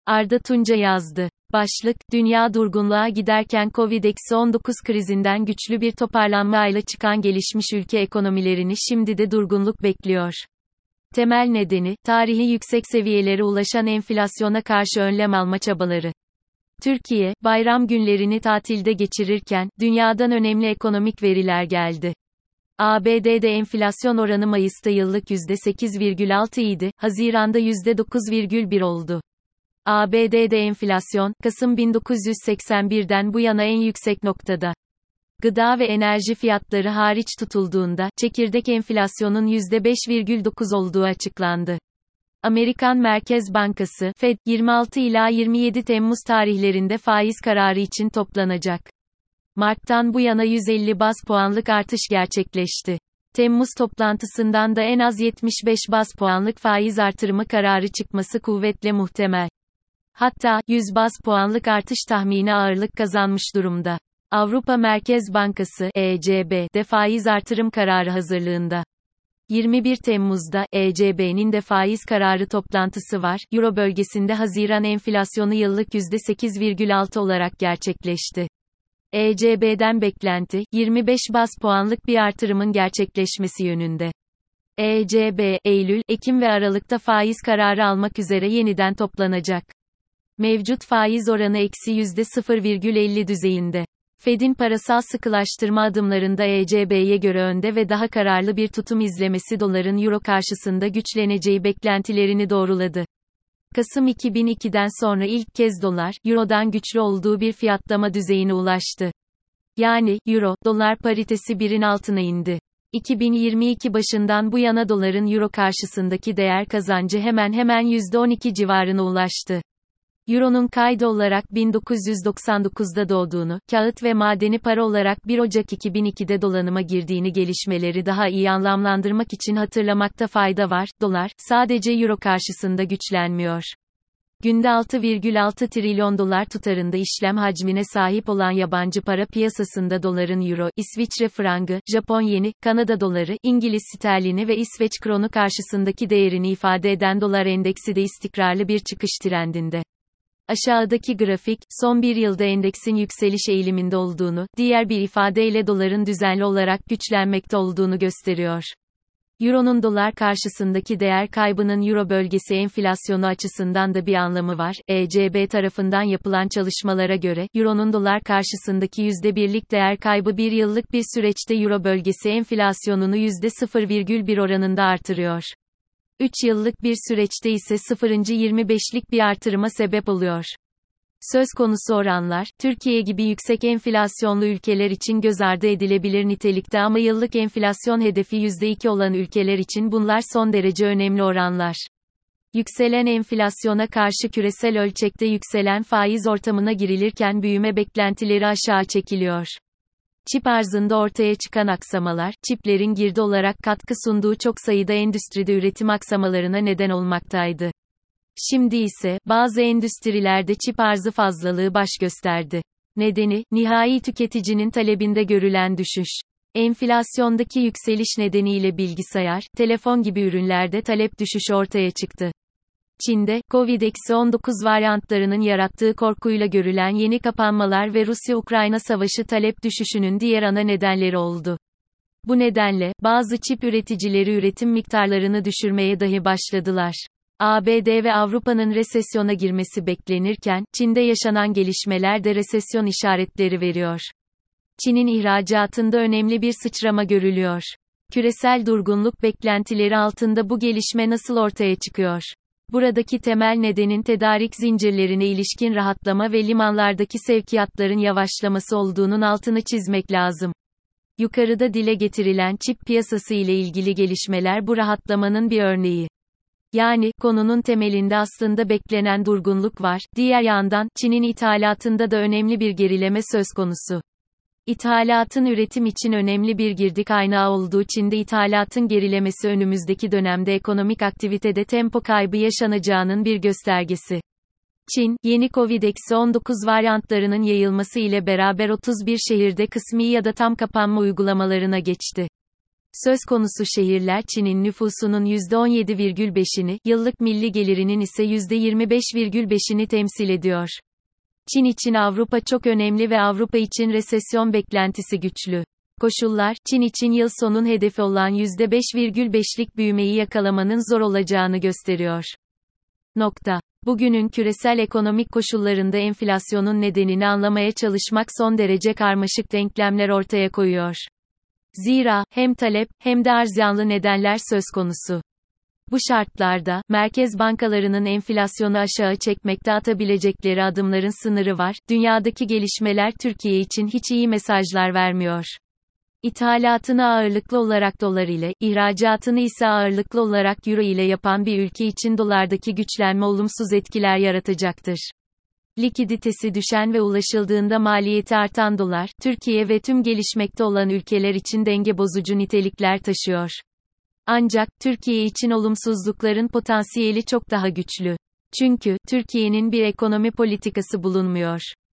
Arda Tunca yazdı. Başlık, dünya durgunluğa giderken Covid-19 krizinden güçlü bir toparlanmayla çıkan gelişmiş ülke ekonomilerini şimdi de durgunluk bekliyor. Temel nedeni, tarihi yüksek seviyelere ulaşan enflasyona karşı önlem alma çabaları. Türkiye, bayram günlerini tatilde geçirirken, dünyadan önemli ekonomik veriler geldi. ABD'de enflasyon oranı Mayıs'ta yıllık %8,6 idi, Haziran'da %9,1 oldu. ABD'de enflasyon, Kasım 1981'den bu yana en yüksek noktada. Gıda ve enerji fiyatları hariç tutulduğunda, çekirdek enflasyonun %5,9 olduğu açıklandı. Amerikan Merkez Bankası, Fed, 26 ila 27 Temmuz tarihlerinde faiz kararı için toplanacak. Mart'tan bu yana 150 baz puanlık artış gerçekleşti. Temmuz toplantısından da en az 75 baz puanlık faiz artırımı kararı çıkması kuvvetle muhtemel. Hatta, 100 baz puanlık artış tahmini ağırlık kazanmış durumda. Avrupa Merkez Bankası, ECB, de faiz artırım kararı hazırlığında. 21 Temmuz'da, ECB'nin de faiz kararı toplantısı var. Euro bölgesinde Haziran enflasyonu yıllık %8,6 olarak gerçekleşti. ECB'den beklenti, 25 baz puanlık bir artırımın gerçekleşmesi yönünde. ECB, Eylül, Ekim ve Aralık'ta faiz kararı almak üzere yeniden toplanacak. Mevcut faiz oranı -%0,50 düzeyinde. Fed'in parasal sıkılaştırma adımlarında ECB'ye göre önde ve daha kararlı bir tutum izlemesi doların euro karşısında güçleneceği beklentilerini doğruladı. Kasım 2002'den sonra ilk kez dolar, eurodan güçlü olduğu bir fiyatlama düzeyine ulaştı. Yani, euro, dolar paritesi 1'in altına indi. 2022 başından bu yana doların euro karşısındaki değer kazancı hemen hemen %12 civarına ulaştı. Euro'nun kaydı olarak 1999'da doğduğunu, kağıt ve madeni para olarak 1 Ocak 2002'de dolanıma girdiğini gelişmeleri daha iyi anlamlandırmak için hatırlamakta fayda var. Dolar, sadece Euro karşısında güçlenmiyor. Günde 6,6 trilyon dolar tutarında işlem hacmine sahip olan yabancı para piyasasında doların Euro, İsviçre frangı, Japon yeni, Kanada doları, İngiliz sterlini ve İsveç kronu karşısındaki değerini ifade eden dolar endeksi de istikrarlı bir çıkış trendinde. Aşağıdaki grafik, son bir yılda endeksin yükseliş eğiliminde olduğunu, diğer bir ifadeyle doların düzenli olarak güçlenmekte olduğunu gösteriyor. Euro'nun dolar karşısındaki değer kaybının Euro bölgesi enflasyonu açısından da bir anlamı var. ECB tarafından yapılan çalışmalara göre, Euro'nun dolar karşısındaki %1'lik değer kaybı bir yıllık bir süreçte Euro bölgesi enflasyonunu %0,1 oranında artırıyor. 3 yıllık bir süreçte ise 0,25'lik bir artırıma sebep oluyor. Söz konusu oranlar, Türkiye gibi yüksek enflasyonlu ülkeler için göz ardı edilebilir nitelikte ama yıllık enflasyon hedefi %2 olan ülkeler için bunlar son derece önemli oranlar. Yükselen enflasyona karşı küresel ölçekte yükselen faiz ortamına girilirken büyüme beklentileri aşağı çekiliyor. Çip arzında ortaya çıkan aksamalar, çiplerin girdi olarak katkı sunduğu çok sayıda endüstride üretim aksamalarına neden olmaktaydı. Şimdi ise, bazı endüstrilerde çip arzı fazlalığı baş gösterdi. Nedeni, nihai tüketicinin talebinde görülen düşüş. Enflasyondaki yükseliş nedeniyle bilgisayar, telefon gibi ürünlerde talep düşüşü ortaya çıktı. Çin'de, Covid-19 varyantlarının yarattığı korkuyla görülen yeni kapanmalar ve Rusya-Ukrayna savaşı talep düşüşünün diğer ana nedenleri oldu. Bu nedenle, bazı çip üreticileri üretim miktarlarını düşürmeye dahi başladılar. ABD ve Avrupa'nın resesyona girmesi beklenirken, Çin'de yaşanan gelişmeler de resesyon işaretleri veriyor. Çin'in ihracatında önemli bir sıçrama görülüyor. Küresel durgunluk beklentileri altında bu gelişme nasıl ortaya çıkıyor? Buradaki temel nedenin tedarik zincirlerine ilişkin rahatlama ve limanlardaki sevkiyatların yavaşlaması olduğunun altını çizmek lazım. Yukarıda dile getirilen çip piyasası ile ilgili gelişmeler bu rahatlamanın bir örneği. Yani, konunun temelinde aslında beklenen durgunluk var. Diğer yandan, Çin'in ithalatında da önemli bir gerileme söz konusu. İthalatın üretim için önemli bir girdi kaynağı olduğu Çin'de ithalatın gerilemesi önümüzdeki dönemde ekonomik aktivitede tempo kaybı yaşanacağının bir göstergesi. Çin, yeni Covid-19 varyantlarının yayılması ile beraber 31 şehirde kısmi ya da tam kapanma uygulamalarına geçti. Söz konusu şehirler Çin'in nüfusunun %17,5'ini, yıllık milli gelirinin ise %25,5'ini temsil ediyor. Çin için Avrupa çok önemli ve Avrupa için resesyon beklentisi güçlü. Koşullar, Çin için yıl sonun hedefi olan %5,5'lik büyümeyi yakalamanın zor olacağını gösteriyor. Bugünün küresel ekonomik koşullarında enflasyonun nedenini anlamaya çalışmak son derece karmaşık denklemler ortaya koyuyor. Zira, hem talep, hem de arz yanlı nedenler söz konusu. Bu şartlarda, merkez bankalarının enflasyonu aşağı çekmekte atabilecekleri adımların sınırı var, dünyadaki gelişmeler Türkiye için hiç iyi mesajlar vermiyor. İthalatını ağırlıklı olarak dolar ile, ihracatını ise ağırlıklı olarak euro ile yapan bir ülke için dolardaki güçlenme olumsuz etkiler yaratacaktır. Likiditesi düşen ve ulaşıldığında maliyeti artan dolar, Türkiye ve tüm gelişmekte olan ülkeler için denge bozucu nitelikler taşıyor. Ancak, Türkiye için olumsuzlukların potansiyeli çok daha güçlü. Çünkü, Türkiye'nin bir ekonomi politikası bulunmuyor.